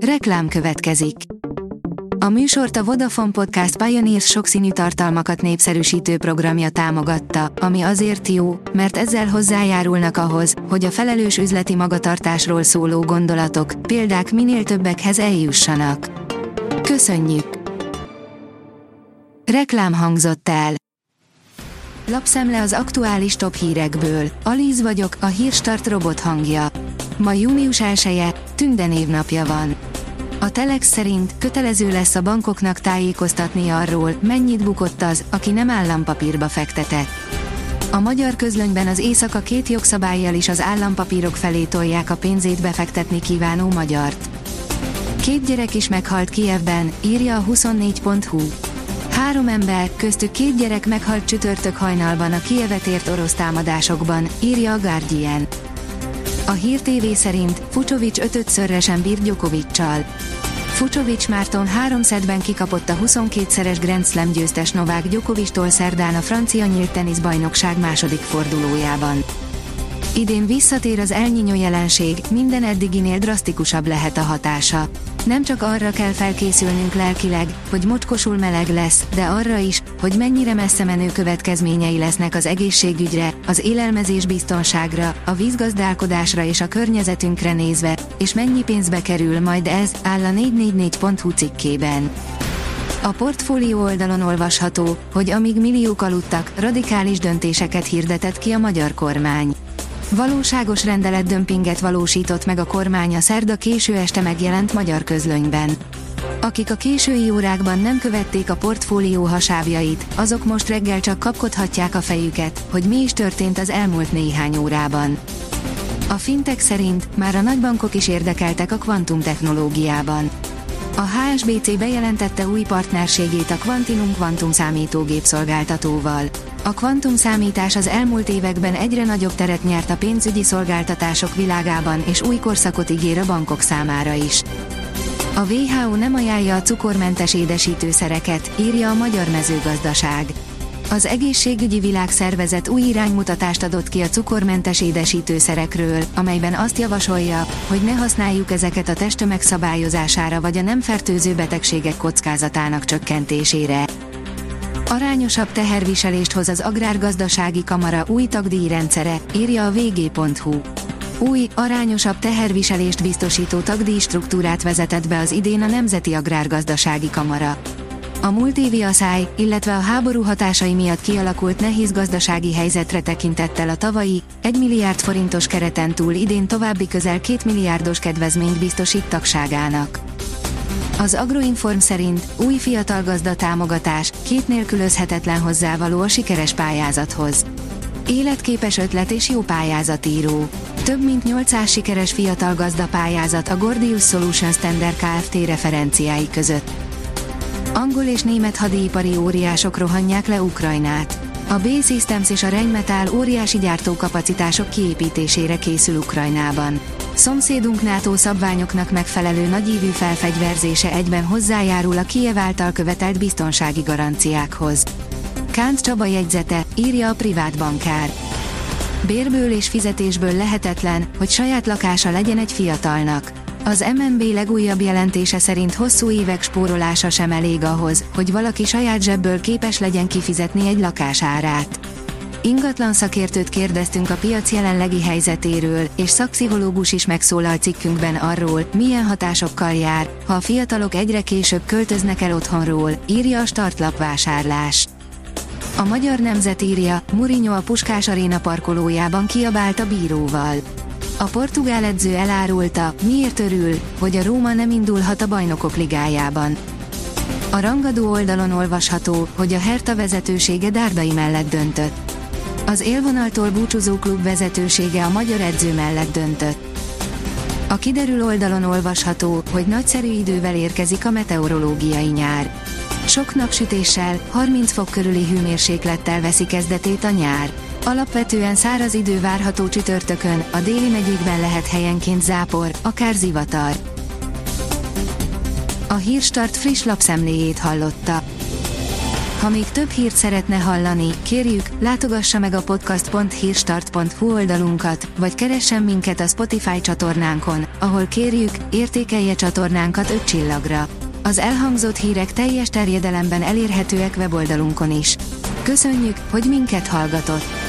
Reklám következik. A műsort a Vodafone Podcast Pioneers sokszínű tartalmakat népszerűsítő programja támogatta, ami azért jó, mert ezzel hozzájárulnak ahhoz, hogy a felelős üzleti magatartásról szóló gondolatok, példák minél többekhez eljussanak. Köszönjük! Reklám hangzott el. Lapszemle az aktuális top hírekből. Alíz vagyok, a Hírstart robot hangja. Ma június 1-e, Tünde névnapja van. A Telex szerint kötelező lesz a bankoknak tájékoztatni arról, mennyit bukott az, aki nem állampapírba fektetett. A Magyar Közlönyben az éjszaka 2 jogszabállyal is az állampapírok felé tolják a pénzét befektetni kívánó magyart. 2 gyerek is meghalt Kijevben, írja a 24.hu. 3 ember, köztük 2 gyerek meghalt csütörtök hajnalban a Kijevet ért orosz támadásokban, írja a Guardian. A Hír TV szerint Fucsovics 5-szörresen bír Djokovic-csal. Fucsovics Márton 3 szettben kikapott a 22-szeres Grand Slam győztes Novák Djokovictól szerdán a francia nyílt teniszbajnokság második fordulójában. Idén visszatér az El Niño jelenség, minden eddiginél drasztikusabb lehet a hatása. Nem csak arra kell felkészülnünk lelkileg, hogy mocskosul meleg lesz, de arra is, hogy mennyire messzemenő következményei lesznek az egészségügyre, az élelmezés biztonságra, a vízgazdálkodásra és a környezetünkre nézve, és mennyi pénzbe kerül majd ez, áll a 444.hu cikkében. A Portfólió oldalon olvasható, hogy amíg milliók aludtak, radikális döntéseket hirdetett ki a magyar kormány. Valóságos rendeletdömpinget valósított meg a kormány a szerda késő este megjelent Magyar Közlönyben. Akik a késői órákban nem követték a Portfólió hasábjait, azok most reggel csak kapkodhatják a fejüket, hogy mi is történt az elmúlt néhány órában. A Fintech szerint már a nagybankok is érdekeltek a kvantumtechnológiában. A HSBC bejelentette új partnerségét a Quantinum kvantumszámítógép szolgáltatóval. A kvantumszámítás az elmúlt években egyre nagyobb teret nyert a pénzügyi szolgáltatások világában és új korszakot ígér a bankok számára is. A WHO nem ajánlja a cukormentes édesítőszereket, írja a Magyar Mezőgazdaság. Az Egészségügyi Világszervezet új iránymutatást adott ki a cukormentes édesítőszerekről, amelyben azt javasolja, hogy ne használjuk ezeket a testtömeg szabályozására vagy a nem fertőző betegségek kockázatának csökkentésére. Arányosabb teherviselést hoz az Agrárgazdasági Kamara új tagdíjrendszere, írja a vg.hu. Új, arányosabb teherviselést biztosító tagdíjstruktúrát vezetett be az idén a Nemzeti Agrárgazdasági Kamara. A múlt évi aszály, illetve a háború hatásai miatt kialakult nehéz gazdasági helyzetre tekintettel a tavalyi, 1 milliárd forintos kereten túl idén további közel 2 milliárdos kedvezményt biztosít tagságának. Az Agroinform szerint új fiatal gazda támogatás, 2 nélkülözhetetlen hozzávaló a sikeres pályázathoz. Életképes ötlet és jó pályázatíró. Több mint 800 sikeres fiatal gazda pályázat a Gordius Solutions Tender Kft. Referenciái között. Angol és német hadipari óriások rohanják le Ukrajnát. A B-Systems és a Rheinmetall óriási gyártókapacitások kiépítésére készül Ukrajnában. Szomszédunk NATO szabványoknak megfelelő nagyívű felfegyverzése egyben hozzájárul a Kijev által követelt biztonsági garanciákhoz. Kánc Csaba jegyzete, írja a privát bankár. Bérből és fizetésből lehetetlen, hogy saját lakása legyen egy fiatalnak. Az MNB legújabb jelentése szerint hosszú évek spórolása sem elég ahhoz, hogy valaki saját zsebből képes legyen kifizetni egy lakás árát. Ingatlan szakértőt kérdeztünk a piac jelenlegi helyzetéről, és szakpszichológus is megszólal cikkünkben arról, milyen hatásokkal jár, ha a fiatalok egyre később költöznek el otthonról, írja a Startlap vásárlás. A Magyar Nemzet írja, Mourinho a Puskás Aréna parkolójában kiabált a bíróval. A portugál edző elárulta, miért örül, hogy a Róma nem indulhat a Bajnokok Ligájában. A rangadó oldalon olvasható, hogy a Hertha vezetősége Dárdai mellett döntött. Az élvonaltól búcsúzó klub vezetősége a magyar edző mellett döntött. A Kiderül oldalon olvasható, hogy nagyszerű idővel érkezik a meteorológiai nyár. Sok napsütéssel, 30 fok körüli hőmérséklettel veszi kezdetét a nyár. Alapvetően száraz idő várható csütörtökön, a déli megyékben lehet helyenként zápor, akár zivatar. A Hírstart friss lapszemléjét hallotta. Ha még több hírt szeretne hallani, kérjük, látogassa meg a podcast.hírstart.hu oldalunkat, vagy keressen minket a Spotify csatornánkon, ahol kérjük, értékelje csatornánkat 5 csillagra. Az elhangzott hírek teljes terjedelemben elérhetőek weboldalunkon is. Köszönjük, hogy minket hallgatott!